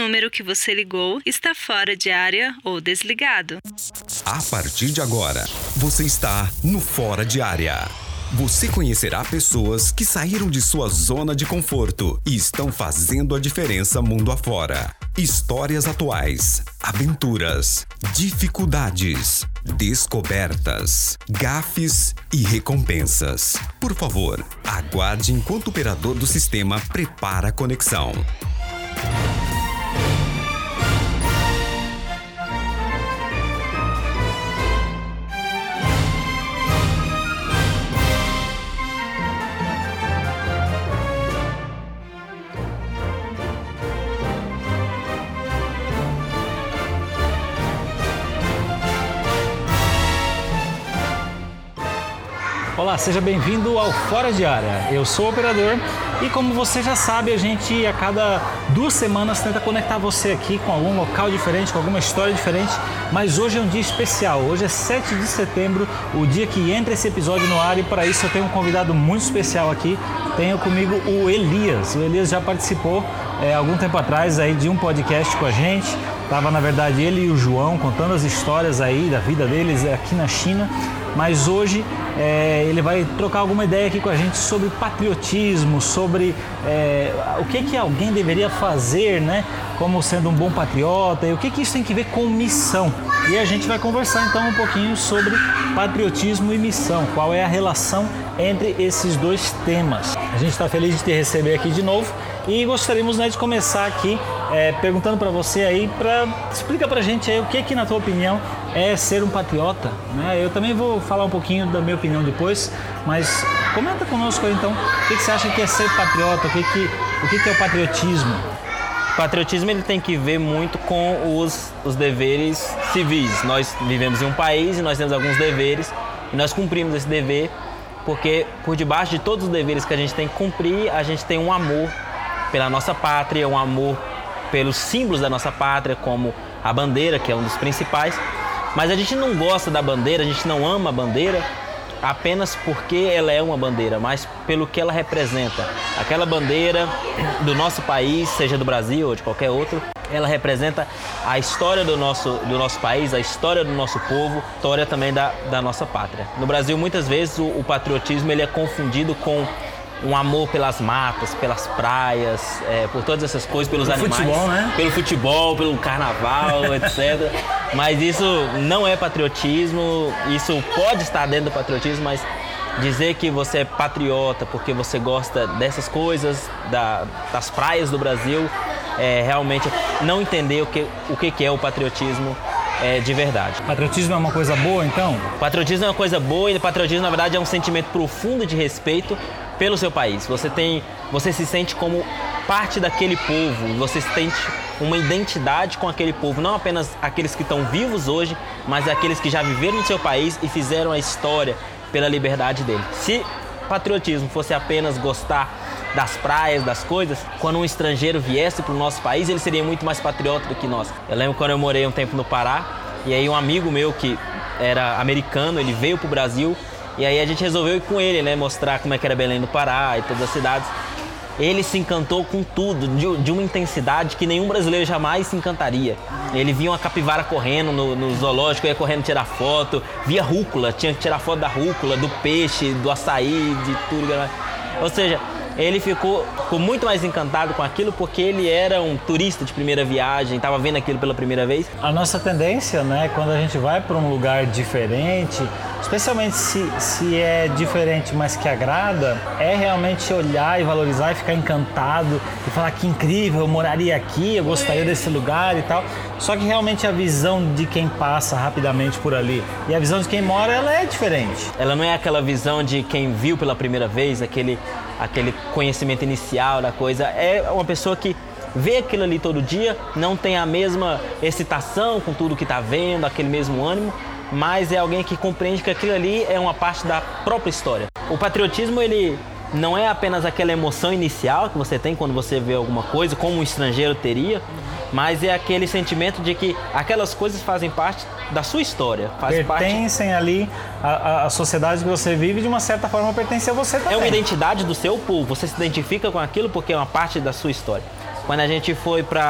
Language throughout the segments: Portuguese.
número que você ligou está fora de área ou desligado. A partir de agora, você está no Fora de Área. Você conhecerá pessoas que saíram de sua zona de conforto e estão fazendo a diferença mundo afora. Histórias atuais, aventuras, dificuldades, descobertas, gafes e recompensas. Por favor, aguarde enquanto o operador do sistema prepara a conexão. Olá, seja bem-vindo ao Fora de Área. Eu sou o operador e, como você já sabe, a gente a cada 2 semanas tenta conectar você aqui com algum local diferente, com alguma história diferente, mas hoje é um dia especial. Hoje é 7 de setembro, o dia que entra esse episódio no ar, e para isso eu tenho um convidado muito especial aqui. Tenho comigo o Elias. O Elias já participou algum tempo atrás aí de um podcast com a gente. Tava, na verdade, ele e o João contando as histórias aí da vida deles aqui na China. Mas hoje ele vai trocar alguma ideia aqui com a gente sobre patriotismo, sobre o que alguém deveria fazer, né, como sendo um bom patriota, e o que isso tem que ver com missão. E a gente vai conversar então um pouquinho sobre patriotismo e missão, qual é a relação entre esses dois temas. A gente está feliz de te receber aqui de novo e gostaríamos, né, de começar aqui perguntando para você aí, explica pra gente aí o que na tua opinião é ser um patriota, né? Eu também vou falar um pouquinho da minha opinião depois, mas comenta conosco aí então, o que você acha que é ser patriota, o que é o patriotismo? O patriotismo ele tem que ver muito com os deveres civis. Nós vivemos em um país e nós temos alguns deveres e nós cumprimos esse dever porque por debaixo de todos os deveres que a gente tem que cumprir, a gente tem um amor pela nossa pátria, um amor pelos símbolos da nossa pátria, como a bandeira, que é um dos principais. Mas a gente não gosta da bandeira, a gente não ama a bandeira apenas porque ela é uma bandeira, mas pelo que ela representa. Aquela bandeira do nosso país, seja do Brasil ou de qualquer outro, ela representa a história do nosso país, a história do nosso povo, a história também da nossa pátria. No Brasil, muitas vezes, o patriotismo ele é confundido com um amor pelas matas, pelas praias, por todas essas coisas, pelos animais. Futebol, né? Pelo futebol, pelo carnaval, etc. Mas isso não é patriotismo, isso pode estar dentro do patriotismo, mas dizer que você é patriota porque você gosta dessas coisas, das praias do Brasil, realmente não entender o que é o patriotismo de verdade. Patriotismo é uma coisa boa, então? Patriotismo é uma coisa boa e patriotismo, na verdade, é um sentimento profundo de respeito pelo seu país. Você se sente como parte daquele povo, você sente uma identidade com aquele povo, não apenas aqueles que estão vivos hoje, mas aqueles que já viveram no seu país e fizeram a história pela liberdade dele. Se patriotismo fosse apenas gostar das praias, das coisas, quando um estrangeiro viesse para o nosso país, ele seria muito mais patriota do que nós. Eu lembro quando eu morei um tempo no Pará, e aí um amigo meu que era americano, ele veio para o Brasil, e aí a gente resolveu ir com ele, né, mostrar como é que era Belém do Pará e todas as cidades. Ele se encantou com tudo, de uma intensidade que nenhum brasileiro jamais se encantaria. Ele via uma capivara correndo no zoológico, ia correndo tirar foto, via rúcula, tinha que tirar foto da rúcula, do peixe, do açaí, de tudo. Ou seja, ele ficou muito mais encantado com aquilo porque ele era um turista de primeira viagem, estava vendo aquilo pela primeira vez. A nossa tendência, né, quando a gente vai para um lugar diferente, especialmente se é diferente, mas que agrada, é realmente olhar e valorizar e ficar encantado e falar que incrível, eu moraria aqui, eu gostaria desse lugar e tal. Só que realmente a visão de quem passa rapidamente por ali e a visão de quem mora, ela é diferente. Ela não é aquela visão de quem viu pela primeira vez, aquele conhecimento inicial da coisa. É uma pessoa que vê aquilo ali todo dia, não tem a mesma excitação com tudo que está vendo, aquele mesmo ânimo, mas é alguém que compreende que aquilo ali é uma parte da própria história. O patriotismo, ele não é apenas aquela emoção inicial que você tem quando você vê alguma coisa, como um estrangeiro teria, mas é aquele sentimento de que aquelas coisas fazem parte da sua história. Pertencem ali à sociedade que você vive, de uma certa forma pertence a você também. É uma identidade do seu povo, você se identifica com aquilo porque é uma parte da sua história. Quando a gente foi para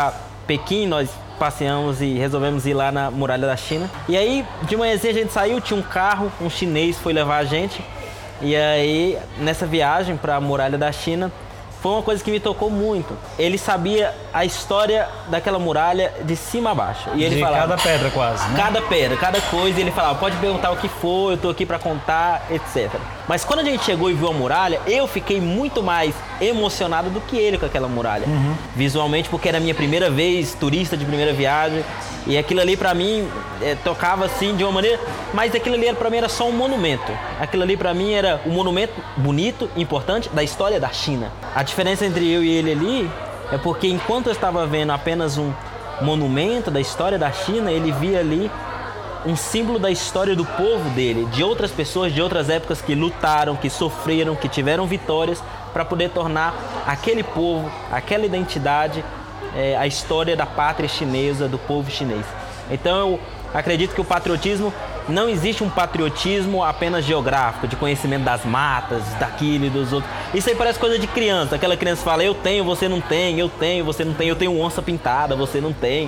Pequim, nós passeamos e resolvemos ir lá na Muralha da China. E aí, de manhãzinha a gente saiu, tinha um carro, um chinês foi levar a gente. E aí, nessa viagem para a Muralha da China, foi uma coisa que me tocou muito. Ele sabia a história daquela muralha de cima a baixo. E ele falava, cada pedra quase, né? Cada pedra, cada coisa. E ele falava, pode perguntar o que for, eu tô aqui para contar, etc. Mas quando a gente chegou e viu a muralha, eu fiquei muito mais emocionado do que ele com aquela muralha. Visualmente, porque era a minha primeira vez, turista de primeira viagem. E aquilo ali para mim tocava assim de uma maneira, mas aquilo ali para mim era só um monumento. Aquilo ali para mim era um monumento bonito, importante da história da China. A diferença entre eu e ele ali é porque enquanto eu estava vendo apenas um monumento da história da China, ele via ali um símbolo da história do povo dele, de outras pessoas de outras épocas que lutaram, que sofreram, que tiveram vitórias para poder tornar aquele povo, aquela identidade, a história da pátria chinesa, do povo chinês. Então eu acredito que o patriotismo, não existe um patriotismo apenas geográfico, de conhecimento das matas, daquilo e dos outros. Isso aí parece coisa de criança. Aquela criança fala, eu tenho, você não tem, eu tenho, você não tem, eu tenho onça pintada, você não tem.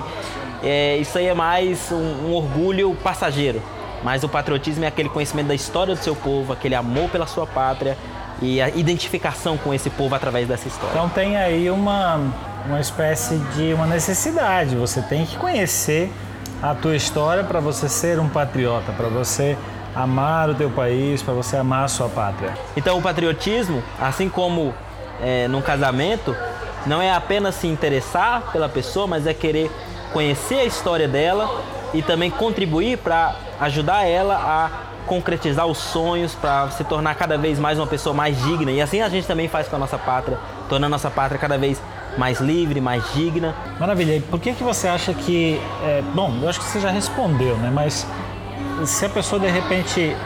Isso aí é mais um orgulho passageiro. Mas o patriotismo é aquele conhecimento da história do seu povo, aquele amor pela sua pátria e a identificação com esse povo através dessa história. Então tem aí uma espécie de uma necessidade. Você tem que conhecer a tua história para você ser um patriota, para você amar o teu país, para você amar a sua pátria. Então o patriotismo, assim como num casamento, não é apenas se interessar pela pessoa, mas é querer conhecer a história dela e também contribuir para ajudar ela a concretizar os sonhos, para se tornar cada vez mais uma pessoa mais digna. E assim a gente também faz com a nossa pátria, tornando a nossa pátria cada vez mais livre, mais digna. Maravilha. E por que você acha que... bom, eu acho que você já respondeu, né? Mas se a pessoa de repente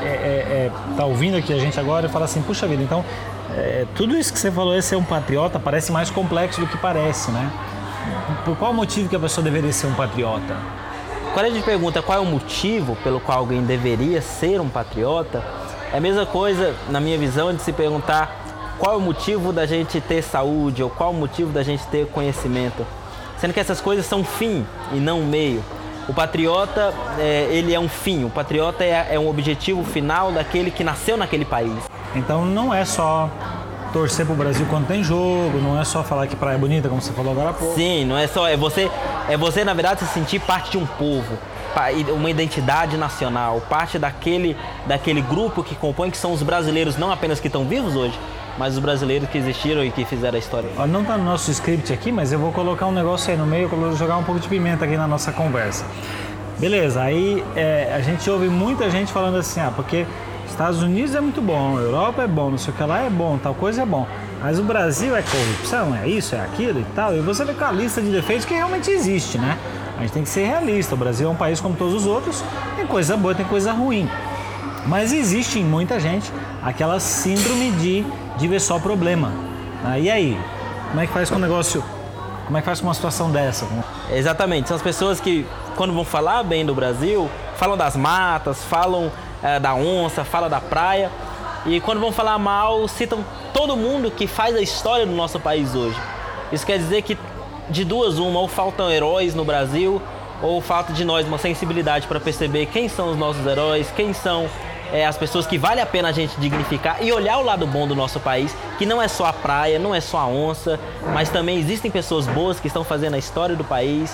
tá ouvindo aqui a gente agora e fala assim, puxa vida, então tudo isso que você falou, esse ser um patriota, parece mais complexo do que parece, né? Por qual motivo que a pessoa deveria ser um patriota? Quando a gente pergunta qual é o motivo pelo qual alguém deveria ser um patriota, é a mesma coisa, na minha visão, de se perguntar qual é o motivo da gente ter saúde ou qual é o motivo da gente ter conhecimento. Sendo que essas coisas são fim e não meio. O patriota, ele é um fim, o patriota é um objetivo final daquele que nasceu naquele país. Então não é só torcer pro Brasil quando tem jogo, não é só falar que praia é bonita, como você falou agora há pouco. Sim, não é só, é você na verdade se sentir parte de um povo, uma identidade nacional, parte daquele grupo que compõe, que são os brasileiros, não apenas que estão vivos hoje, mas os brasileiros que existiram e que fizeram a história. Não está no nosso script aqui, mas eu vou colocar um negócio aí no meio, vou jogar um pouco de pimenta aqui na nossa conversa. Beleza, aí a gente ouve muita gente falando assim, porque Estados Unidos é muito bom, Europa é bom, não sei o que lá é bom, tal coisa é bom. Mas o Brasil é corrupção, é isso, é aquilo e tal. E você vê com a lista de defeitos que realmente existe, né? A gente tem que ser realista. O Brasil é um país como todos os outros, tem coisa boa, tem coisa ruim. Mas existe em muita gente aquela síndrome de ver só problema. E aí, como é que faz com um negócio, como é que faz com uma situação dessa? Exatamente, são as pessoas que, quando vão falar bem do Brasil, falam das matas, falam da onça, falam da praia, e quando vão falar mal, citam todo mundo que faz a história do nosso país hoje. Isso quer dizer que, de duas uma, ou faltam heróis no Brasil, ou falta de nós uma sensibilidade para perceber quem são os nossos heróis, quem são as pessoas que vale a pena a gente dignificar e olhar o lado bom do nosso país, que não é só a praia, não é só a onça, mas também existem pessoas boas que estão fazendo a história do país,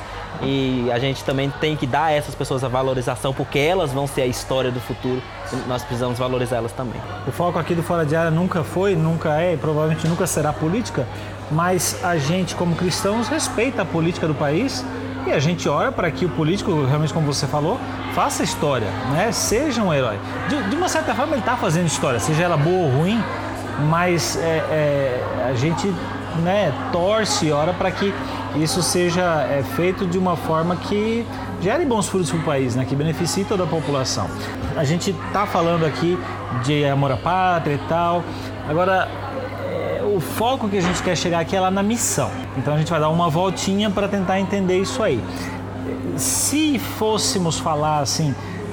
e a gente também tem que dar a essas pessoas a valorização, porque elas vão ser a história do futuro e nós precisamos valorizar elas também. O foco aqui do Fora de Área nunca foi, nunca é e provavelmente nunca será política, mas a gente, como cristãos, respeita a política do país. E a gente ora para que o político, realmente como você falou, faça história, né? Seja um herói. De uma certa forma ele está fazendo história, seja ela boa ou ruim, mas a gente, né, torce e ora para que isso seja feito de uma forma que gere bons frutos para o país, né? Que beneficie toda a população. A gente está falando aqui de amor à pátria e tal. Agora, o foco que a gente quer chegar aqui é lá na missão. Então a gente vai dar uma voltinha para tentar entender isso aí. Se fôssemos falar assim,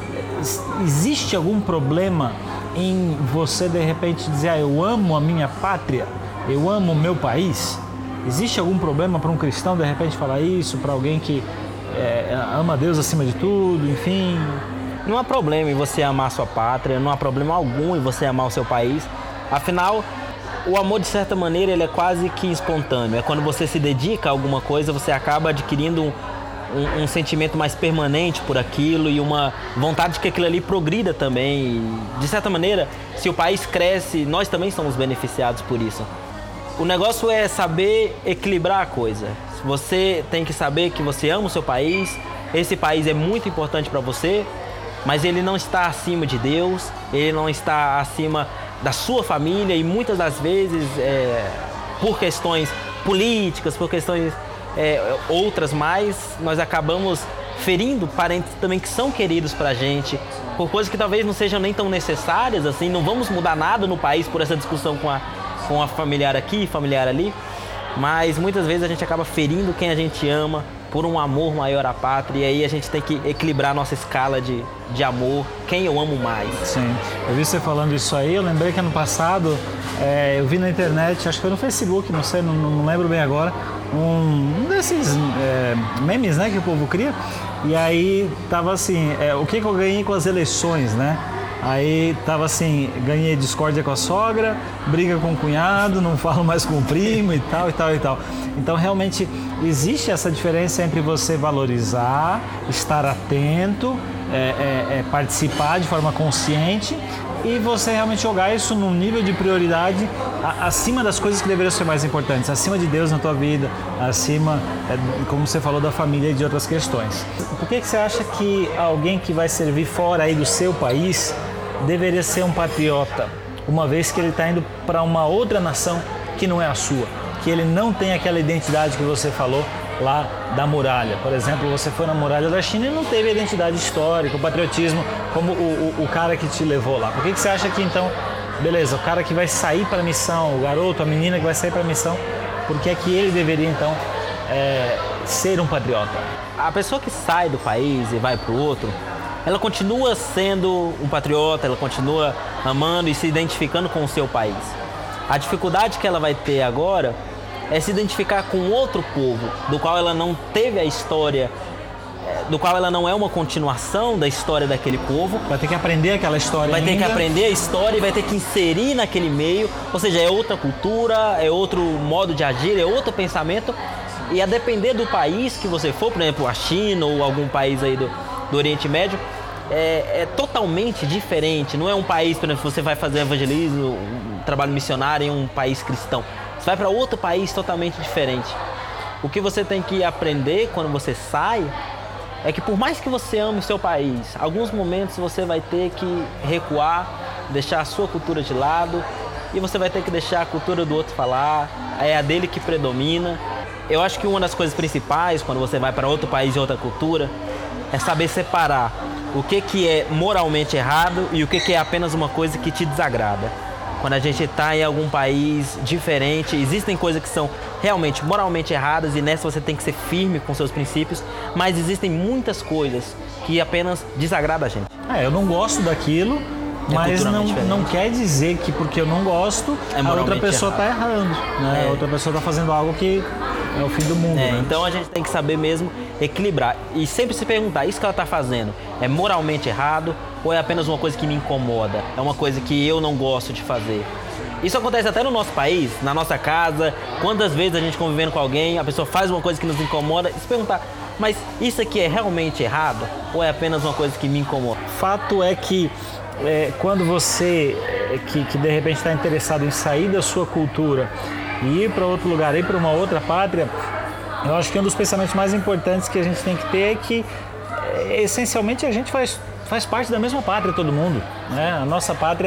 existe algum problema em você de repente dizer, eu amo a minha pátria, eu amo o meu país? Existe algum problema para um cristão de repente falar isso, para alguém que ama Deus acima de tudo, enfim? Não há problema em você amar a sua pátria, não há problema algum em você amar o seu país. Afinal, o amor, de certa maneira, ele é quase que espontâneo. É quando você se dedica a alguma coisa, você acaba adquirindo um sentimento mais permanente por aquilo e uma vontade de que aquilo ali progrida também. E, de certa maneira, se o país cresce, nós também somos beneficiados por isso. O negócio é saber equilibrar a coisa. Você tem que saber que você ama o seu país, esse país é muito importante para você, mas ele não está acima de Deus, ele não está acima da sua família e muitas das vezes, por questões políticas, por questões outras mais, nós acabamos ferindo parentes também que são queridos pra gente, por coisas que talvez não sejam nem tão necessárias, assim, não vamos mudar nada no país por essa discussão com a familiar aqui, familiar ali, mas muitas vezes a gente acaba ferindo quem a gente ama por um amor maior à pátria, e aí a gente tem que equilibrar a nossa escala de amor, quem eu amo mais. Sim, eu vi você falando isso aí, eu lembrei que ano passado eu vi na internet, acho que foi no Facebook, não sei, não lembro bem agora, um desses memes, né, que o povo cria, e aí tava assim, o que eu ganhei com as eleições, né? Aí tava assim, ganhei discórdia com a sogra, briga com o cunhado, não falo mais com o primo e tal, e tal, e tal. Então realmente existe essa diferença entre você valorizar, estar atento, participar de forma consciente e você realmente jogar isso num nível de prioridade acima das coisas que deveriam ser mais importantes, acima de Deus na tua vida, acima, como você falou, da família e de outras questões. Por que você acha que alguém que vai servir fora aí do seu país deveria ser um patriota, uma vez que ele está indo para uma outra nação que não é a sua, que ele não tem aquela identidade que você falou lá da muralha? Por exemplo, você foi na muralha da China e não teve a identidade histórica, o patriotismo como o cara que te levou lá. Por que você acha que então, beleza, o cara que vai sair para a missão, o garoto, a menina que vai sair para a missão, por que é que ele deveria então ser um patriota? A pessoa que sai do país e vai para o outro, ela continua sendo um patriota, ela continua amando e se identificando com o seu país. A dificuldade que ela vai ter agora é se identificar com outro povo, do qual ela não teve a história, do qual ela não é uma continuação da história daquele povo. Vai ter que aprender aquela história Vai ter que aprender a história e vai ter que inserir naquele meio, ou seja, é outra cultura, é outro modo de agir, é outro pensamento. E a depender do país que você for, por exemplo, a China ou algum país aí do Oriente Médio, é totalmente diferente. Não é um país, por exemplo, você vai fazer evangelismo, um trabalho missionário em um país cristão. Você vai para outro país totalmente diferente. O que você tem que aprender quando você sai é que por mais que você ame o seu país, alguns momentos você vai ter que recuar, deixar a sua cultura de lado e você vai ter que deixar a cultura do outro falar, é a dele que predomina. Eu acho que uma das coisas principais quando você vai para outro país e outra cultura é saber separar o que é moralmente errado e o que é apenas uma coisa que te desagrada. Quando a gente está em algum país diferente, existem coisas que são realmente moralmente erradas e nessa você tem que ser firme com seus princípios, mas existem muitas coisas que apenas desagradam a gente. Eu não gosto daquilo, mas não quer dizer que porque eu não gosto, a outra pessoa está errando, né? A outra pessoa está fazendo algo que é o fim do mundo, né? Então a gente tem que saber mesmo equilibrar e sempre se perguntar, isso que ela está fazendo é moralmente errado ou é apenas uma coisa que me incomoda? É uma coisa que eu não gosto de fazer? Isso acontece até no nosso país, na nossa casa, quantas vezes a gente convivendo com alguém, a pessoa faz uma coisa que nos incomoda e se perguntar, mas isso aqui é realmente errado ou é apenas uma coisa que me incomoda? Fato é que quando você que de repente está interessado em sair da sua cultura e ir para outro lugar, ir para uma outra pátria, eu acho que um dos pensamentos mais importantes que a gente tem que ter é que essencialmente a gente faz parte da mesma pátria, todo mundo, né? A nossa pátria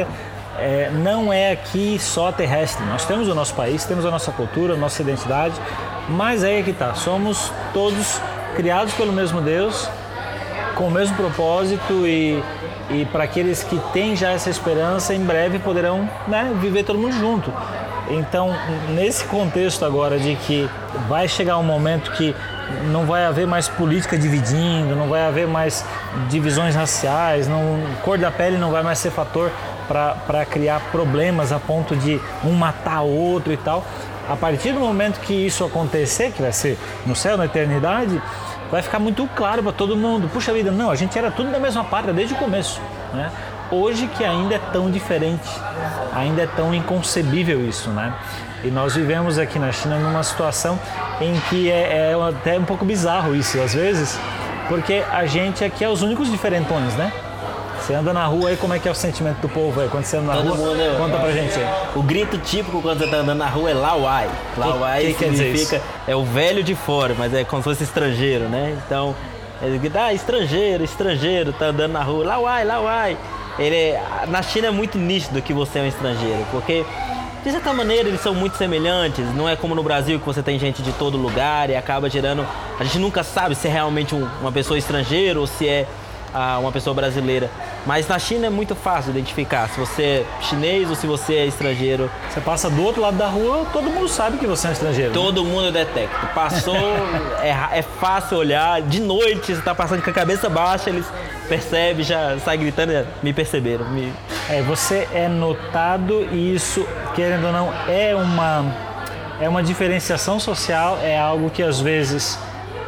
não é aqui só terrestre. Nós temos o nosso país, temos a nossa cultura, a nossa identidade, mas aí é que tá, somos todos criados pelo mesmo Deus, com o mesmo propósito e para aqueles que têm já essa esperança, em breve poderão, né, viver todo mundo junto. Então, nesse contexto agora de que vai chegar um momento que não vai haver mais política dividindo, não vai haver mais divisões raciais, cor da pele não vai mais ser fator para criar problemas a ponto de um matar o outro e tal, a partir do momento que isso acontecer, que vai ser no céu, na eternidade, vai ficar muito claro para todo mundo. Puxa vida, não, a gente era tudo da mesma pátria desde o começo, né? Hoje que ainda é tão diferente, ainda é tão inconcebível isso, né? E nós vivemos aqui na China numa situação em que é até um pouco bizarro isso, às vezes, porque a gente aqui é os únicos diferentões, né? Você anda na rua aí, como é que é o sentimento do povo aí? Quando você anda na rua, conta pra gente aí. O grito típico quando você tá andando na rua é Lauai. Lauai significa, é o velho de fora, mas é como se fosse estrangeiro, né? Então, ele grita, estrangeiro, tá andando na rua, Lauai. Na China é muito nítido que você é um estrangeiro, porque de certa maneira eles são muito semelhantes, não é como no Brasil que você tem gente de todo lugar e acaba gerando... A gente nunca sabe se é realmente uma pessoa estrangeira ou se é uma pessoa brasileira. Mas na China é muito fácil identificar se você é chinês ou se você é estrangeiro. Você passa do outro lado da rua, todo mundo sabe que você é um estrangeiro. Todo mundo detecta. Passou, é fácil olhar. De noite, você está passando com a cabeça baixa, eles percebem, já sai gritando, me perceberam. Você é notado e isso, querendo ou não, é uma diferenciação social, é algo que às vezes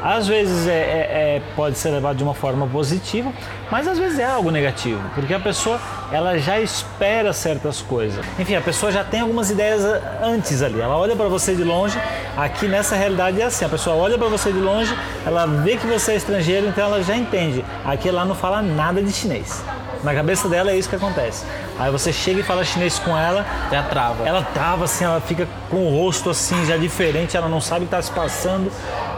pode ser levado de uma forma positiva, mas às vezes é algo negativo, porque a pessoa ela já espera certas coisas. Enfim, a pessoa já tem algumas ideias antes ali, ela olha para você de longe. Aqui nessa realidade é assim, a pessoa olha para você de longe, ela vê que você é estrangeiro, então ela já entende. Aqui ela não fala nada de chinês. Na cabeça dela é isso que acontece. Aí você chega e fala chinês com ela, já trava. Ela trava assim, ela fica com o rosto assim já diferente, ela não sabe o que está se passando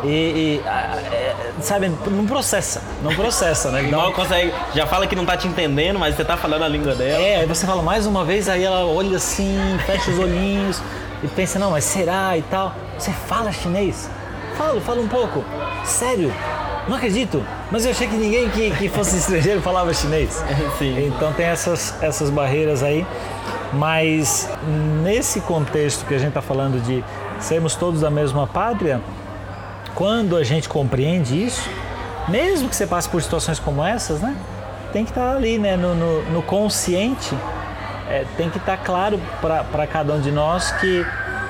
sabe, não processa, né? Mal consegue, já fala que não tá te entendendo, mas você tá falando a língua dela. Aí você fala mais uma vez, aí ela olha assim, fecha os olhinhos e pensa, não, mas será e tal. Você fala chinês? Fala um pouco. Sério? Não acredito, mas eu achei que ninguém que fosse estrangeiro falava chinês. Sim. Então tem essas barreiras aí, mas nesse contexto que a gente está falando de sermos todos da mesma pátria, quando a gente compreende isso, mesmo que você passe por situações como essas, né, tem que estar ali, né, no consciente, tem que estar claro para cada um de nós que,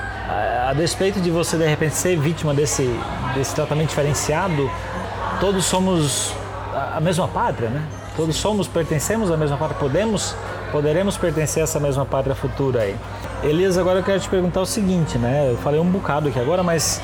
a despeito de você de repente ser vítima desse tratamento diferenciado, todos somos a mesma pátria, né? Todos pertencemos à mesma pátria, poderemos pertencer a essa mesma pátria futura aí. Elias, agora eu quero te perguntar o seguinte, né? Eu falei um bocado aqui agora, mas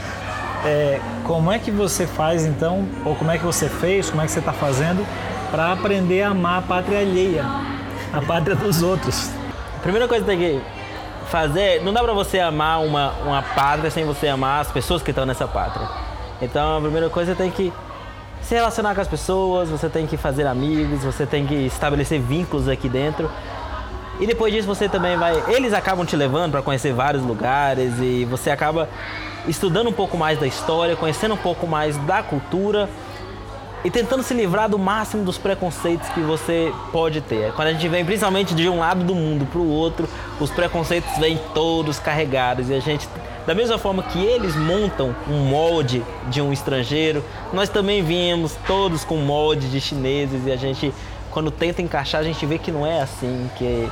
como é que você faz então, ou como é que você fez, como é que você está fazendo para aprender a amar a pátria alheia, a pátria dos outros? A primeira coisa que tem que fazer, não dá para você amar uma pátria sem você amar as pessoas que estão nessa pátria. Então a primeira coisa tem que se relacionar com as pessoas, você tem que fazer amigos, você tem que estabelecer vínculos aqui dentro. E depois disso você também eles acabam te levando para conhecer vários lugares e você acaba estudando um pouco mais da história, conhecendo um pouco mais da cultura e tentando se livrar do máximo dos preconceitos que você pode ter. Quando a gente vem principalmente de um lado do mundo para o outro, os preconceitos vêm todos carregados e a gente, da mesma forma que eles montam um molde de um estrangeiro, nós também viemos todos com molde de chineses e a gente, quando tenta encaixar, a gente vê que não é assim, que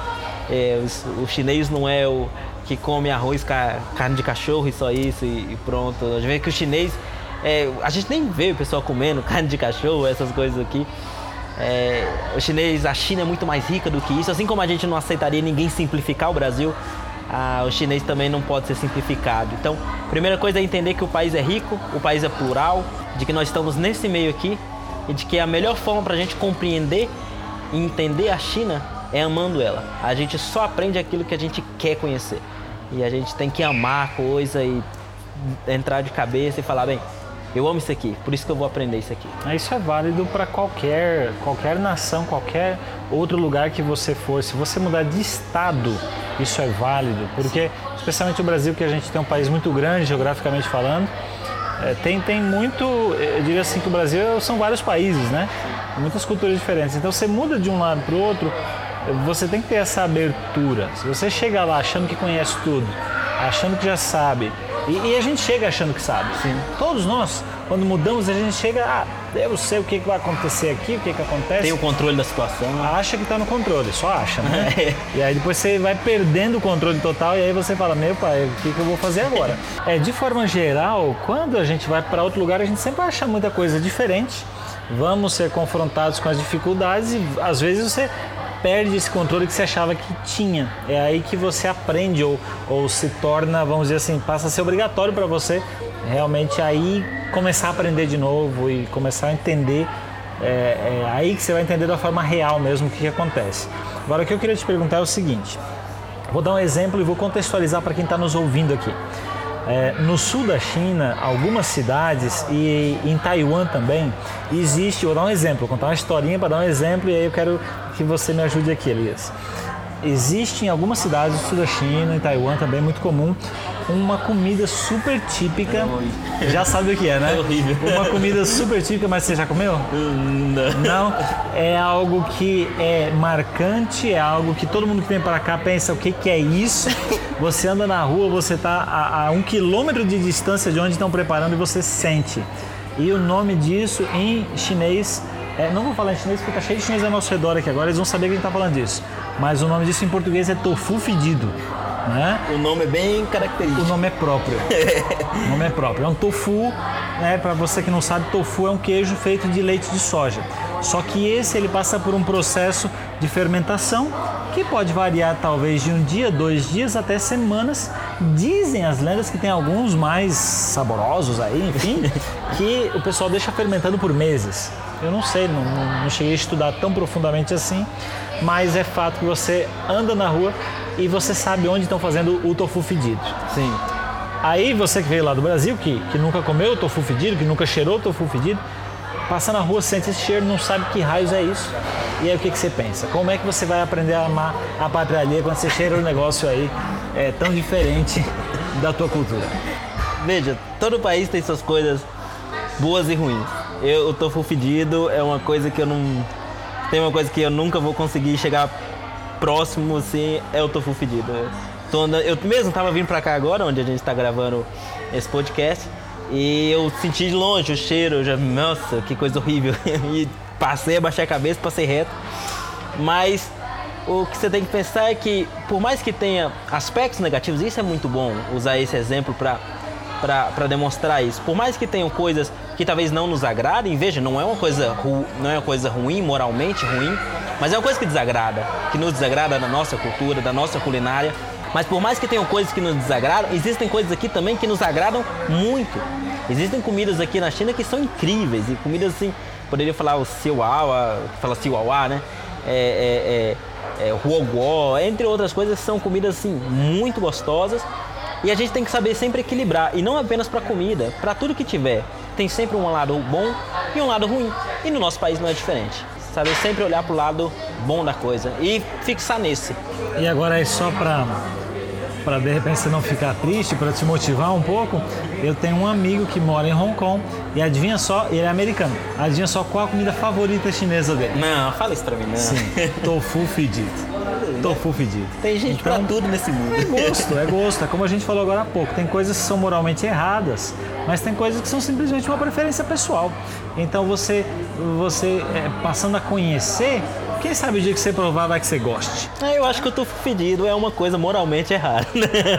o chinês não é o que come arroz, carne de cachorro e só isso e pronto. A gente vê que o chinês, a gente nem vê o pessoal comendo carne de cachorro, essas coisas aqui. O chinês, a China é muito mais rica do que isso, assim como a gente não aceitaria ninguém simplificar o Brasil, o chinês também não pode ser simplificado. Então, a primeira coisa é entender que o país é rico, o país é plural, de que nós estamos nesse meio aqui e de que a melhor forma para a gente compreender e entender a China é amando ela. A gente só aprende aquilo que a gente quer conhecer e a gente tem que amar a coisa e entrar de cabeça e falar, bem, eu amo isso aqui, por isso que eu vou aprender isso aqui. Isso é válido para qualquer nação, qualquer outro lugar que você for. Se você mudar de estado, isso é válido, porque especialmente o Brasil, que a gente tem um país muito grande, geograficamente falando, tem muito, eu diria assim que o Brasil são vários países, né? Muitas culturas diferentes. Então você muda de um lado para o outro, você tem que ter essa abertura. Se você chega lá achando que conhece tudo, achando que já sabe, E a gente chega achando que sabe. Sim. Todos nós, quando mudamos, a gente chega, eu sei o que vai acontecer aqui, o que acontece. Tem o controle da situação. Acha que está no controle, só acha, né? E aí depois você vai perdendo o controle total e aí você fala, meu pai, o que eu vou fazer agora? De forma geral, quando a gente vai para outro lugar, a gente sempre acha muita coisa diferente. Vamos ser confrontados com as dificuldades e às vezes você perde esse controle que você achava que tinha. É aí que você aprende ou se torna, vamos dizer assim, passa a ser obrigatório para você realmente aí começar a aprender de novo e começar a entender. Aí que você vai entender da forma real mesmo o que acontece. Agora, o que eu queria te perguntar é o seguinte. Vou dar um exemplo e vou contextualizar para quem está nos ouvindo aqui. No sul da China, algumas cidades e em Taiwan também, vou dar um exemplo, vou contar uma historinha para dar um exemplo e aí eu quero que você me ajude aqui, Elias. Existe em algumas cidades do sul da China, em Taiwan também, muito comum, uma comida super típica, já sabe o que é, né? É horrível. Uma comida super típica, mas você já comeu? Não? É algo que é marcante, é algo que todo mundo que vem para cá pensa, o que é isso? Você anda na rua, você está a 1 quilômetro de distância de onde estão preparando e você sente. E o nome disso em chinês, não vou falar em chinês porque está cheio de chinês ao nosso redor aqui agora, eles vão saber quem está falando disso. Mas o nome disso em português é tofu fedido. Né? O nome é bem característico. O nome é próprio. O nome é próprio. É um tofu, né? Para você que não sabe, tofu é um queijo feito de leite de soja. Só que ele passa por um processo de fermentação que pode variar talvez de 1 dia, 2 dias até semanas. Dizem as lendas que tem alguns mais saborosos aí, enfim, que o pessoal deixa fermentando por meses. Eu não sei, não cheguei a estudar tão profundamente assim, mas é fato que você anda na rua e você sabe onde estão fazendo o tofu fedido. Sim. Aí você que veio lá do Brasil, que nunca comeu o tofu fedido, que nunca cheirou o tofu fedido, passa na rua, sente esse cheiro, não sabe que raios é isso. E aí o que você pensa? Como é que você vai aprender a amar a pátria alheia quando você cheira um negócio aí tão diferente da tua cultura? Veja, todo país tem suas coisas boas e ruins. O tofu fedido é uma coisa que eu não... Tem uma coisa que eu nunca vou conseguir chegar próximo, assim, é o tofu fedido. Eu mesmo estava vindo para cá agora, onde a gente está gravando esse podcast, e eu senti de longe o cheiro, nossa, que coisa horrível. E passei, abaixei a cabeça, passei reto. Mas o que você tem que pensar é que, por mais que tenha aspectos negativos, isso é muito bom, usar esse exemplo para demonstrar isso. Por mais que tenham coisas que talvez não nos agradem, veja, não é uma coisa ruim, moralmente ruim, mas é uma coisa que desagrada, que nos desagrada da nossa cultura, da nossa culinária. Mas por mais que tenham coisas que nos desagradam, existem coisas aqui também que nos agradam muito. Existem comidas aqui na China que são incríveis, e comidas assim, poderia falar o siuawa, né? Huoguo, entre outras coisas, são comidas assim muito gostosas. E a gente tem que saber sempre equilibrar, e não apenas para comida, para tudo que tiver. Tem sempre um lado bom e um lado ruim. E no nosso país não é diferente. Saber sempre olhar para o lado bom da coisa e fixar nesse. E agora é só para de repente você não ficar triste, para te motivar um pouco, eu tenho um amigo que mora em Hong Kong e adivinha só, ele é americano, adivinha só qual a comida favorita chinesa dele? Não, fala isso pra mim, não. Sim, tofu fedido. Tofu fedido. Tem gente pra tudo nesse mundo. É gosto. É como a gente falou agora há pouco. Tem coisas que são moralmente erradas, mas tem coisas que são simplesmente uma preferência pessoal. Então você passando a conhecer, quem sabe o dia que você provar vai que você goste. Eu acho que o tofu fedido é uma coisa moralmente errada.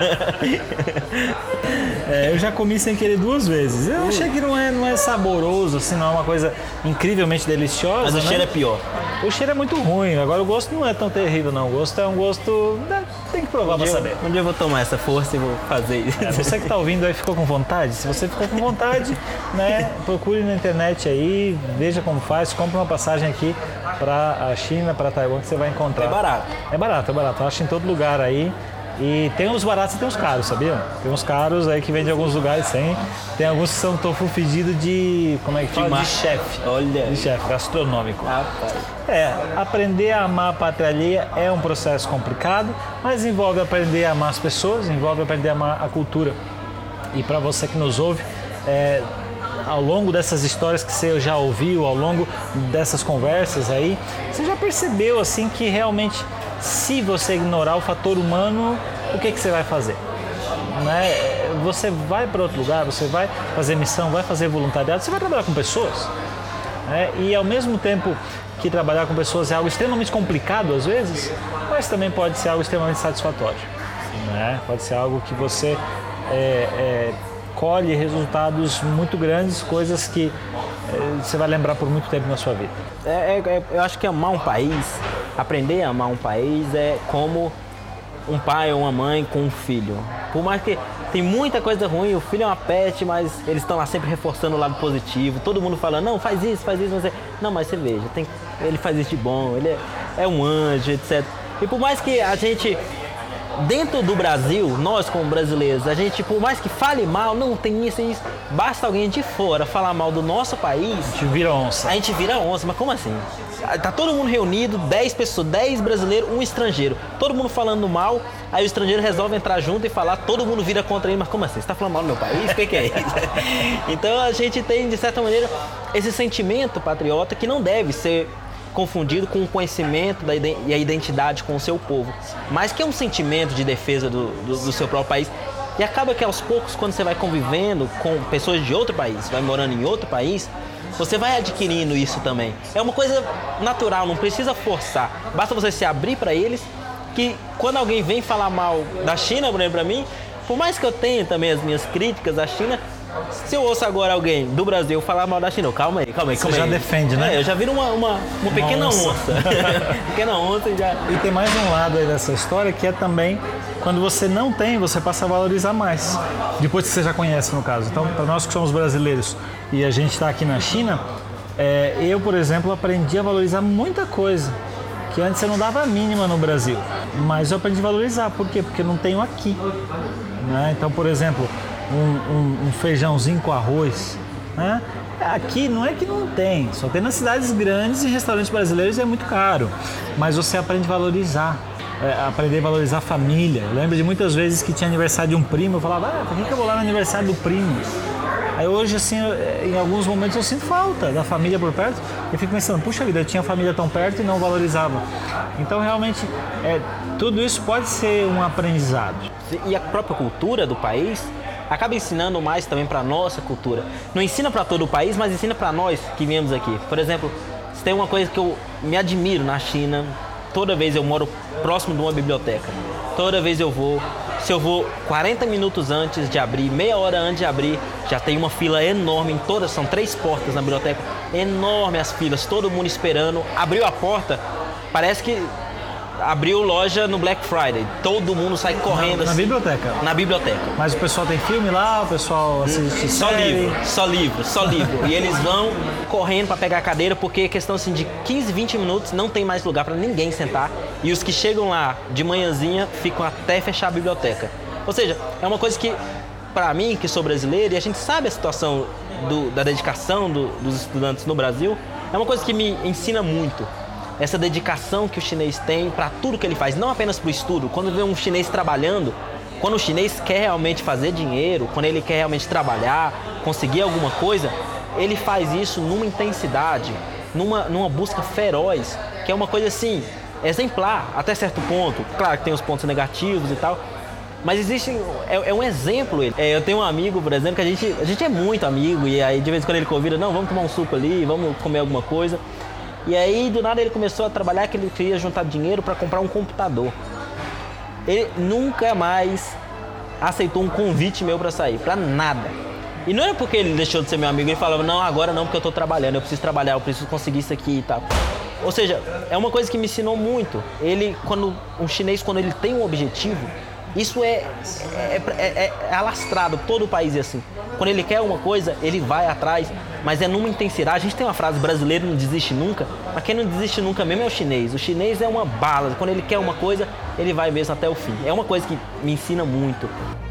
Eu já comi sem querer 2 vezes. Eu achei que não é saboroso, assim, não é uma coisa incrivelmente deliciosa. Mas o cheiro é pior. O cheiro é muito ruim, agora o gosto não é tão terrível não, o gosto é um gosto, tem que provar pra saber. Um dia eu vou tomar essa força e vou fazer isso. Você que tá ouvindo aí ficou com vontade? Se você ficou com vontade, né, procure na internet aí, veja como faz, compre uma passagem aqui pra China, pra Taiwan que você vai encontrar. É barato, acha em todo lugar aí. E tem uns baratos e tem uns caros, sabia? Tem uns caros aí que vêm de alguns lugares sem. Tem alguns que são tofu fedido de... Como é que fala? De chefe. Olha. De chefe, gastronômico. Rapaz. Aprender a amar a pátria alheia é um processo complicado, mas envolve aprender a amar as pessoas, envolve aprender a amar a cultura. E para você que nos ouve, ao longo dessas histórias que você já ouviu, ao longo dessas conversas aí, você já percebeu assim que realmente, se você ignorar o fator humano, o que você vai fazer? Né? você vai para outro lugar, você vai fazer missão, vai fazer voluntariado, você vai trabalhar com pessoas. Né? E ao mesmo tempo que trabalhar com pessoas é algo extremamente complicado às vezes, mas também pode ser algo extremamente satisfatório. Né? Pode ser algo que você colhe resultados muito grandes, coisas que você vai lembrar por muito tempo na sua vida. Eu acho que amar um país, aprender a amar um país é como um pai ou uma mãe com um filho. Por mais que tem muita coisa ruim, o filho é uma peste, mas eles estão lá sempre reforçando o lado positivo. Todo mundo falando, não, faz isso, mas você veja, ele faz isso de bom, ele é um anjo, etc. E por mais que a gente, dentro do Brasil, nós como brasileiros, a gente, por mais que fale mal, não tem isso e isso, basta alguém de fora falar mal do nosso país, A gente vira onça. Mas como assim? Tá todo mundo reunido, 10 pessoas, 10 brasileiros, um estrangeiro, todo mundo falando mal, aí o estrangeiro resolve entrar junto e falar, todo mundo vira contra ele, mas como assim? Você tá falando mal do meu país? O que é isso? Então a gente tem, de certa maneira, esse sentimento patriota que não deve ser confundido com o conhecimento e a identidade com o seu povo, mas que é um sentimento de defesa do seu próprio país. E acaba que aos poucos, quando você vai convivendo com pessoas de outro país, vai morando em outro país, você vai adquirindo isso também. É uma coisa natural, não precisa forçar. Basta você se abrir para eles, que quando alguém vem falar mal da China, por exemplo, para mim, por mais que eu tenha também as minhas críticas à China, se eu ouço agora alguém do Brasil falar mal da China, calma aí. Você já defende, né? Eu já viro uma pequena onça. Pequena onça e já... E tem mais um lado aí dessa história que é também, quando você não tem, você passa a valorizar mais. Depois que você já conhece, no caso. Então, para nós que somos brasileiros e a gente está aqui na China, eu, por exemplo, aprendi a valorizar muita coisa que antes eu não dava a mínima no Brasil. Mas eu aprendi a valorizar. Por quê? Porque eu não tenho aqui. Né? Então, por exemplo, um feijãozinho com arroz, né? Aqui não é que não tem, só tem nas cidades grandes e restaurantes brasileiros e é muito caro, mas você aprende a valorizar, aprender a valorizar a família. Eu lembro de muitas vezes que tinha aniversário de um primo, eu falava, por que eu vou lá no aniversário do primo? Aí hoje, assim, em alguns momentos eu sinto falta da família por perto e fico pensando, puxa vida, eu tinha a família tão perto e não valorizava. Então realmente tudo isso pode ser um aprendizado. E a própria cultura do país acaba ensinando mais também para nossa cultura. Não ensina para todo o país, mas ensina para nós que viemos aqui. Por exemplo, se tem uma coisa que eu me admiro na China, toda vez eu moro próximo de uma biblioteca. Toda vez se eu vou 40 minutos antes de abrir, meia hora antes de abrir, já tem uma fila enorme em todas, são 3 portas na biblioteca, enorme as filas, todo mundo esperando. Abriu a porta, parece que abriu loja no Black Friday, todo mundo sai correndo. Na biblioteca? Na biblioteca. Mas o pessoal tem filme lá, o pessoal assiste série? Só livro. E eles vão correndo para pegar a cadeira, porque é questão assim, de 15, 20 minutos não tem mais lugar para ninguém sentar. E os que chegam lá de manhãzinha ficam até fechar a biblioteca. Ou seja, é uma coisa que, para mim, que sou brasileiro, e a gente sabe a situação da dedicação dos estudantes no Brasil, é uma coisa que me ensina muito. Essa dedicação que o chinês tem para tudo que ele faz, não apenas para o estudo. Quando vê um chinês trabalhando, quando o chinês quer realmente fazer dinheiro, quando ele quer realmente trabalhar, conseguir alguma coisa, ele faz isso numa intensidade, numa busca feroz, que é uma coisa assim, exemplar até certo ponto. Claro que tem os pontos negativos e tal, mas existe, é um exemplo ele. Eu tenho um amigo, por exemplo, que a gente é muito amigo, e aí de vez em quando ele convida, não, vamos tomar um suco ali, vamos comer alguma coisa. E aí, do nada, ele começou a trabalhar que ele queria juntar dinheiro para comprar um computador. Ele nunca mais aceitou um convite meu para sair, para nada. E não era porque ele deixou de ser meu amigo, ele falava, não, agora não, porque eu tô trabalhando, eu preciso trabalhar, eu preciso conseguir isso aqui e tal. Ou seja, é uma coisa que me ensinou muito. Um chinês, quando ele tem um objetivo, isso é alastrado, todo o país é assim. Quando ele quer uma coisa, ele vai atrás, mas é numa intensidade. A gente tem uma frase, brasileiro não desiste nunca, mas quem não desiste nunca mesmo é o chinês. O chinês é uma bala, quando ele quer uma coisa, ele vai mesmo até o fim. É uma coisa que me ensina muito.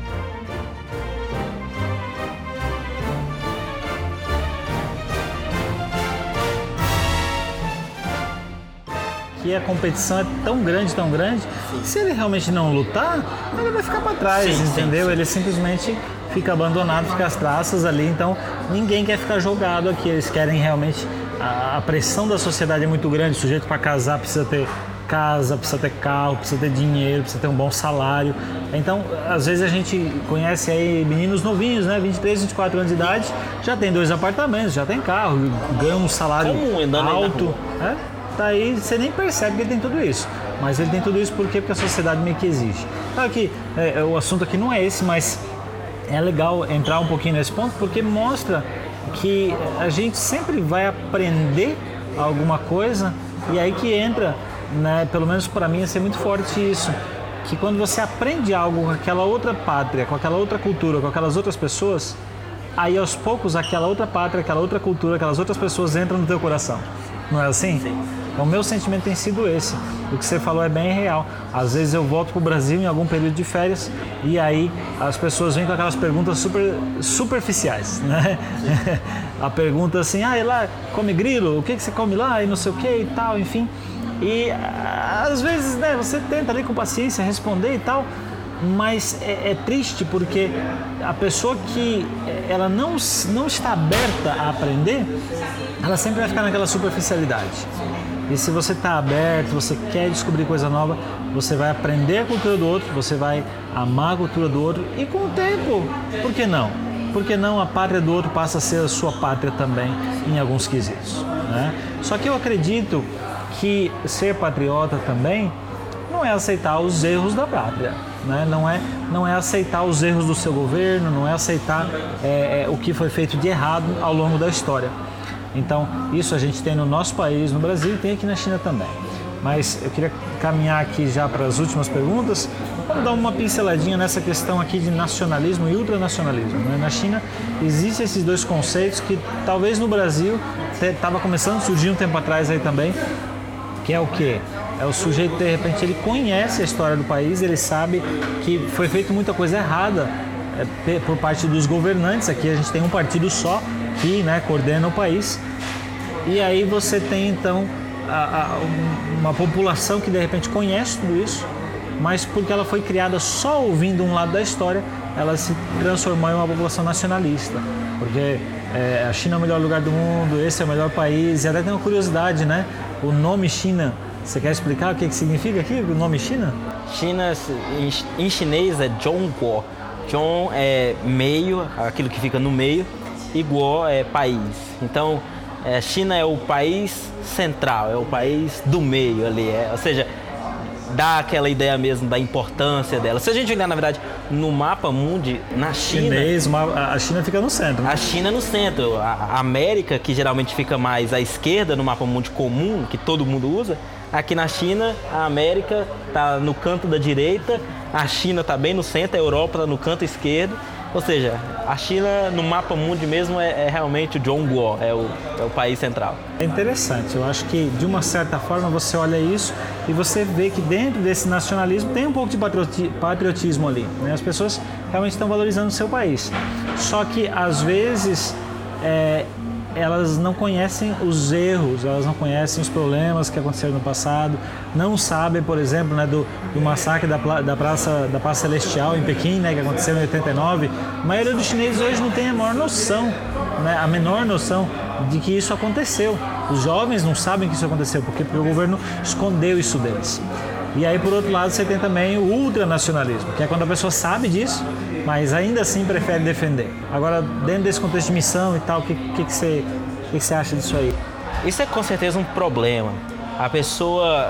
Que a competição é tão grande, que se ele realmente não lutar, ele vai ficar para trás, entendeu? Sim. Ele simplesmente fica abandonado, fica às traças ali, então ninguém quer ficar jogado aqui, eles querem realmente, a pressão da sociedade é muito grande, o sujeito para casar precisa ter casa, precisa ter carro, precisa ter dinheiro, precisa ter um bom salário. Então, às vezes a gente conhece aí meninos novinhos, né, 23, 24 anos de idade, já tem 2 apartamentos, já tem carro, ganha um salário alto, né? Tá aí, você nem percebe que ele tem tudo isso. Mas ele tem tudo isso por quê? Porque a sociedade meio que exige. Claro que o assunto aqui não é esse, mas é legal entrar um pouquinho nesse ponto, porque mostra que a gente sempre vai aprender alguma coisa, e aí que entra, né, pelo menos para mim, é muito forte isso, que quando você aprende algo com aquela outra pátria, com aquela outra cultura, com aquelas outras pessoas, aí aos poucos aquela outra pátria, aquela outra cultura, aquelas outras pessoas entram no teu coração. Não é assim? Sim. O meu sentimento tem sido esse. O que você falou é bem real. Às vezes eu volto para o Brasil em algum período de férias e aí as pessoas vêm com aquelas perguntas super superficiais, né? A pergunta assim, e lá, come grilo? O que você come lá? E não sei o que e tal, enfim. E às vezes, né, você tenta ali com paciência responder e tal, mas é triste porque a pessoa que ela não está aberta a aprender, ela sempre vai ficar naquela superficialidade. E se você está aberto, você quer descobrir coisa nova, você vai aprender a cultura do outro, você vai amar a cultura do outro e com o tempo, por que não? Por que não a pátria do outro passa a ser a sua pátria também em alguns quesitos, né? Só que eu acredito que ser patriota também não é aceitar os erros da pátria, né? Não é aceitar os erros do seu governo, não é aceitar o que foi feito de errado ao longo da história. Então, isso a gente tem no nosso país, no Brasil, e tem aqui na China também. Mas eu queria caminhar aqui já para as últimas perguntas. Vamos dar uma pinceladinha nessa questão aqui de nacionalismo e ultranacionalismo, né? Na China existem esses dois conceitos que talvez no Brasil estava começando a surgir um tempo atrás aí também, que é o quê? É o sujeito, de repente, ele conhece a história do país, ele sabe que foi feita muita coisa errada por parte dos governantes. Aqui a gente tem um partido só que, né, coordena o país. E aí você tem, então, uma população que, de repente, conhece tudo isso, mas porque ela foi criada só ouvindo um lado da história, ela se transformou em uma população nacionalista. Porque a China é o melhor lugar do mundo, esse é o melhor país. E até tem uma curiosidade, né? O nome China, você quer explicar o que significa aqui, o nome China? China, em chinês, é Zhongguo. Zhong é meio, aquilo que fica no meio, e Guo é país. Então, China é o país central, é o país do meio ali. Ou seja, dá aquela ideia mesmo da importância dela. Se a gente olhar, na verdade, no mapa mundi, na China... a China fica no centro, né? A China no centro. A América, que geralmente fica mais à esquerda no mapa mundi comum, que todo mundo usa, aqui na China, a América está no canto da direita, a China está bem no centro, a Europa está no canto esquerdo. Ou seja, a China no mapa mundi mesmo é realmente o Zhongguo, é o país central. É interessante, eu acho que de uma certa forma você olha isso e você vê que dentro desse nacionalismo tem um pouco de patriotismo ali, né? As pessoas realmente estão valorizando o seu país. Só que às vezes elas não conhecem os erros, elas não conhecem os problemas que aconteceram no passado, não sabem, por exemplo, né, do massacre da Praça Celestial em Pequim, né, que aconteceu em 89. A maioria dos chineses hoje não tem a menor noção, né, a menor noção de que isso aconteceu. Os jovens não sabem que isso aconteceu, porque o governo escondeu isso deles. E aí, por outro lado, você tem também o ultranacionalismo, que é quando a pessoa sabe disso, mas ainda assim prefere defender. Agora, dentro desse contexto de missão e tal, o que você acha disso aí? Isso é com certeza um problema. A pessoa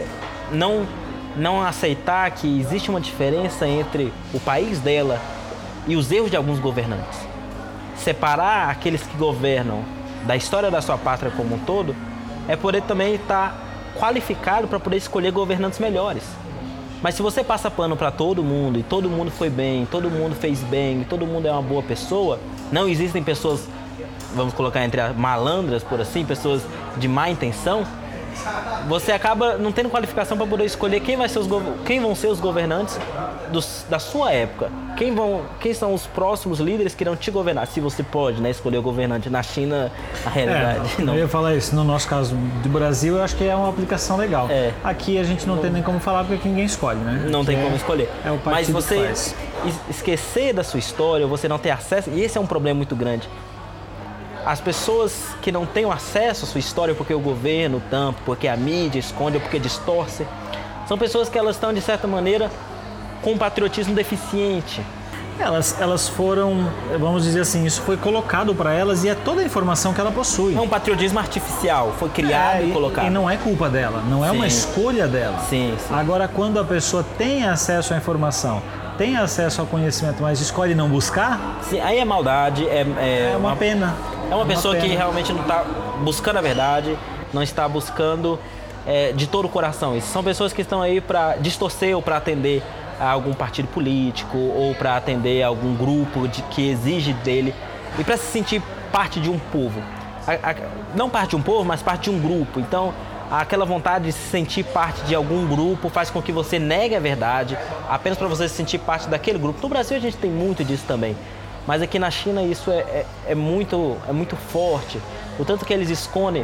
não aceitar que existe uma diferença entre o país dela e os erros de alguns governantes. Separar aqueles que governam da história da sua pátria como um todo é poder também estar qualificado para poder escolher governantes melhores. Mas se você passa pano para todo mundo e todo mundo foi bem, todo mundo fez bem, todo mundo é uma boa pessoa, não existem pessoas, vamos colocar entre malandras, por assim, pessoas de má intenção, você acaba não tendo qualificação para poder escolher quem vão ser os governantes da sua época. Quem são os próximos líderes que irão te governar? Se você pode, né, escolher o governante. Na China, a realidade não. Eu ia falar isso. No nosso caso do Brasil, eu acho que é uma aplicação legal. Aqui a gente não tem nem como falar porque ninguém escolhe, né? Não tem como escolher. É o partido. Mas você esquecer da sua história, você não ter acesso, e esse é um problema muito grande. as pessoas que não têm acesso à sua história porque o governo tampa, porque a mídia esconde ou porque distorce, são pessoas que elas estão, de certa maneira, com um patriotismo deficiente. Elas foram, vamos dizer assim, isso foi colocado para elas e é toda a informação que ela possui. É um patriotismo artificial, foi criado e colocado. E não é culpa dela, não é uma escolha dela. Sim. Agora, quando a pessoa tem acesso à informação, tem acesso ao conhecimento, mas escolhe não buscar... Sim, aí é maldade, é uma pena. É uma pessoa que realmente não está buscando a verdade, não está buscando de todo o coração. Isso são pessoas que estão aí para distorcer ou para atender a algum partido político ou para atender a algum grupo que exige dele e para se sentir parte de um povo. Não parte de um povo, mas parte de um grupo. Então, aquela vontade de se sentir parte de algum grupo faz com que você negue a verdade apenas para você se sentir parte daquele grupo. No Brasil a gente tem muito disso também, mas aqui na China isso é muito forte. O tanto que eles escondem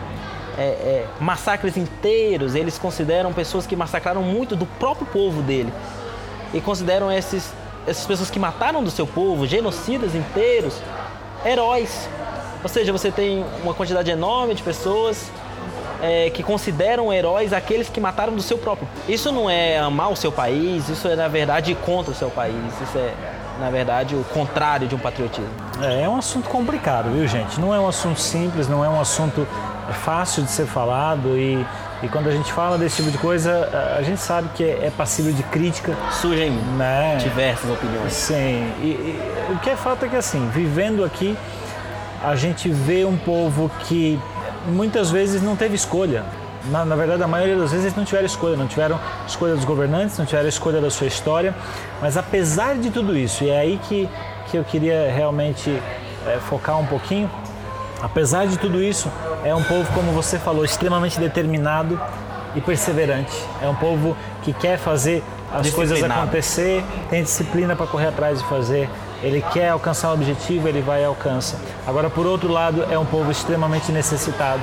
massacres inteiros, eles consideram pessoas que massacraram muito do próprio povo dele. E consideram essas pessoas que mataram do seu povo, genocidas inteiros, heróis. Ou seja, você tem uma quantidade enorme de pessoas que consideram heróis aqueles que mataram do seu próprio. Isso não é amar o seu país, isso é, na verdade, contra o seu país. Isso é, na verdade, o contrário de um patriotismo. É um assunto complicado, viu, gente? Não é um assunto simples, não é um assunto fácil de ser falado e quando a gente fala desse tipo de coisa, a gente sabe que é passível de crítica. Surgem diversas opiniões. Sim, e o que é fato é que, assim, vivendo aqui, a gente vê um povo que muitas vezes não teve escolha. Na verdade, a maioria das vezes eles não tiveram escolha, não tiveram escolha dos governantes, não tiveram escolha da sua história, mas apesar de tudo isso, e é aí que eu queria realmente focar um pouquinho, apesar de tudo isso, é um povo, como você falou, extremamente determinado e perseverante. É um povo que quer fazer as coisas acontecer, tem disciplina para correr atrás de fazer. Ele quer alcançar um objetivo, ele vai e alcança. Agora, por outro lado, é um povo extremamente necessitado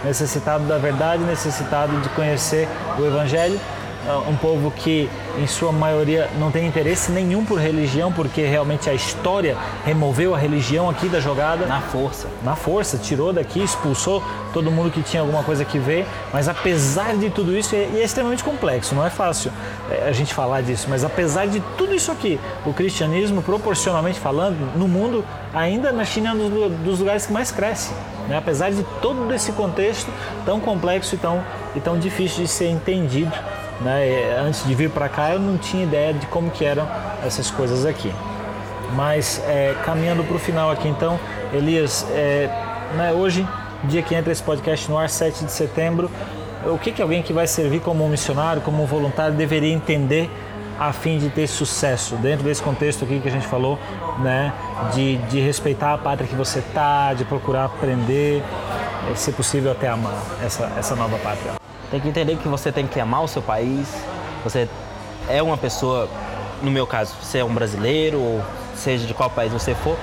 da verdade, necessitado de conhecer o Evangelho. Um povo que, em sua maioria, não tem interesse nenhum por religião, porque realmente a história removeu a religião aqui da jogada. Na força, tirou daqui, expulsou todo mundo que tinha alguma coisa que ver. Mas apesar de tudo isso, e é extremamente complexo, não é fácil a gente falar disso, mas apesar de tudo isso aqui, o cristianismo, proporcionalmente falando, no mundo, ainda na China é um dos lugares que mais cresce. Né? Apesar de todo esse contexto tão complexo e tão difícil de ser entendido. Né? Antes de vir para cá eu não tinha ideia de como que eram essas coisas aqui. Mas caminhando para o final aqui então, Elias, hoje, dia que entra esse podcast no ar, 7 de setembro, o que alguém que vai servir como um missionário, como um voluntário deveria entender a fim de ter sucesso dentro desse contexto aqui que a gente falou, né? De respeitar a pátria que você está, de procurar aprender, se possível até amar essa nova pátria. Tem que entender que você tem que amar o seu país, você é uma pessoa, no meu caso, você é um brasileiro, ou seja de qual país você for,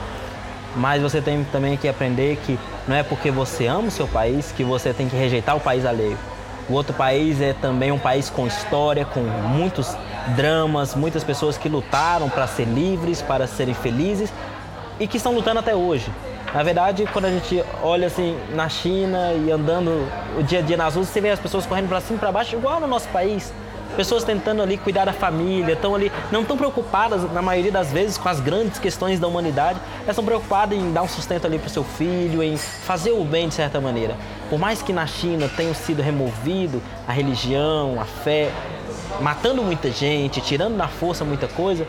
mas você tem também que aprender que não é porque você ama o seu país que você tem que rejeitar o país alheio. O outro país é também um país com história, com muitos dramas, muitas pessoas que lutaram para ser livres, para serem felizes e que estão lutando até hoje. Na verdade, quando a gente olha assim na China e andando o dia a dia nas ruas, você vê as pessoas correndo para cima e para baixo, igual no nosso país. Pessoas tentando ali cuidar da família, estão ali, não estão preocupadas, na maioria das vezes, com as grandes questões da humanidade, elas estão preocupadas em dar um sustento ali para o seu filho, em fazer o bem de certa maneira. Por mais que na China tenham sido removido a religião, a fé, matando muita gente, tirando na força muita coisa,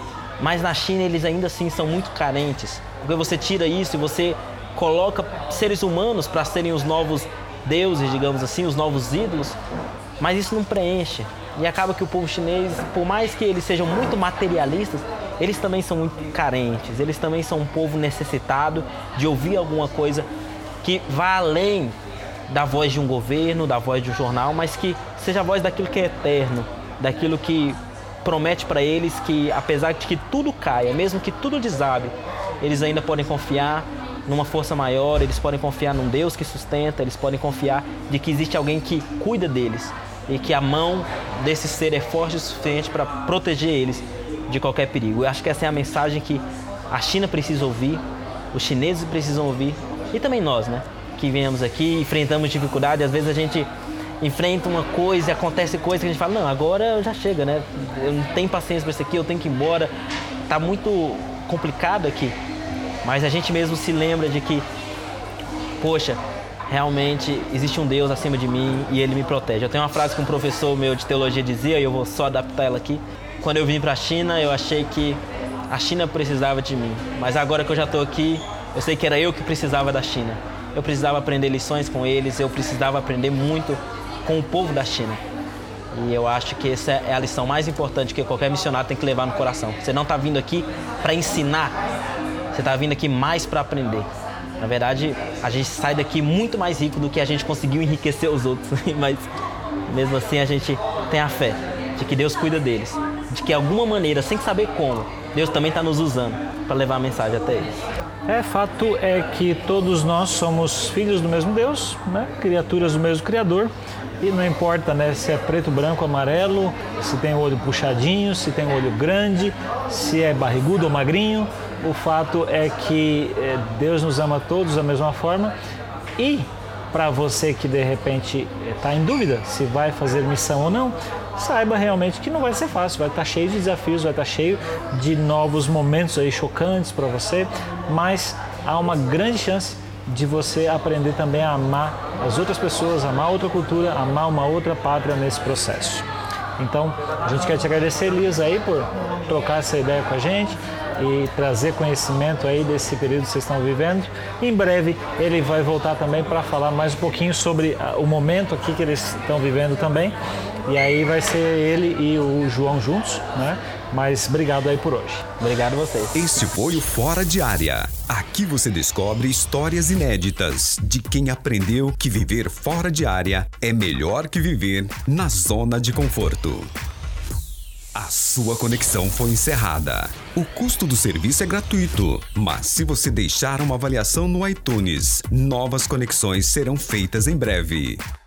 mas na China eles ainda assim são muito carentes. Porque você tira isso e você coloca seres humanos para serem os novos deuses, digamos assim, os novos ídolos, mas isso não preenche. E acaba que o povo chinês, por mais que eles sejam muito materialistas, eles também são muito carentes, eles também são um povo necessitado de ouvir alguma coisa que vá além da voz de um governo, da voz de um jornal, mas que seja a voz daquilo que é eterno, daquilo que promete para eles que, apesar de que tudo caia, mesmo que tudo desabe, eles ainda podem confiar numa força maior, eles podem confiar num Deus que sustenta, eles podem confiar de que existe alguém que cuida deles e que a mão desse ser é forte o suficiente para proteger eles de qualquer perigo. Eu acho que essa é a mensagem que a China precisa ouvir, os chineses precisam ouvir E também nós, né? Que viemos aqui, enfrentamos dificuldade, às vezes a gente enfrenta uma coisa e acontece coisa que a gente fala, não, agora já chega, né? Eu não tenho paciência para isso aqui, eu tenho que ir embora. Tá muito complicado aqui. Mas a gente mesmo se lembra de que, poxa, realmente existe um Deus acima de mim e Ele me protege. Eu tenho uma frase que um professor meu de teologia dizia, e eu vou só adaptar ela aqui. Quando eu vim para a China, eu achei que a China precisava de mim. Mas agora que eu já estou aqui, eu sei que era eu que precisava da China. Eu precisava aprender lições com eles, eu precisava aprender muito com o povo da China. E eu acho que essa é a lição mais importante que qualquer missionário tem que levar no coração. Você não está vindo aqui para ensinar, você está vindo aqui mais para aprender. Na verdade, a gente sai daqui muito mais rico do que a gente conseguiu enriquecer os outros. Mas mesmo assim a gente tem a fé de que Deus cuida deles. De que de alguma maneira, sem saber como, Deus também está nos usando para levar a mensagem até eles. Fato é que todos nós somos filhos do mesmo Deus, né? Criaturas do mesmo Criador. E não importa, né, se é preto, branco, amarelo, se tem o olho puxadinho, se tem o olho grande, se é barrigudo ou magrinho. O fato é que Deus nos ama todos da mesma forma. E para você que de repente está em dúvida se vai fazer missão ou não, saiba realmente que não vai ser fácil, vai estar cheio de desafios, vai estar cheio de novos momentos aí chocantes para você, mas há uma grande chance de você aprender também a amar as outras pessoas, amar outra cultura, amar uma outra pátria nesse processo. Então, a gente quer te agradecer, Elias, aí por trocar essa ideia com a gente e trazer conhecimento aí desse período que vocês estão vivendo. Em breve ele vai voltar também para falar mais um pouquinho sobre o momento aqui que eles estão vivendo também. E aí vai ser ele e o João juntos, né? Mas obrigado aí por hoje. Obrigado a vocês. Este foi o Fora de Área. Aqui você descobre histórias inéditas de quem aprendeu que viver fora de área é melhor que viver na zona de conforto. A sua conexão foi encerrada. O custo do serviço é gratuito, mas se você deixar uma avaliação no iTunes, novas conexões serão feitas em breve.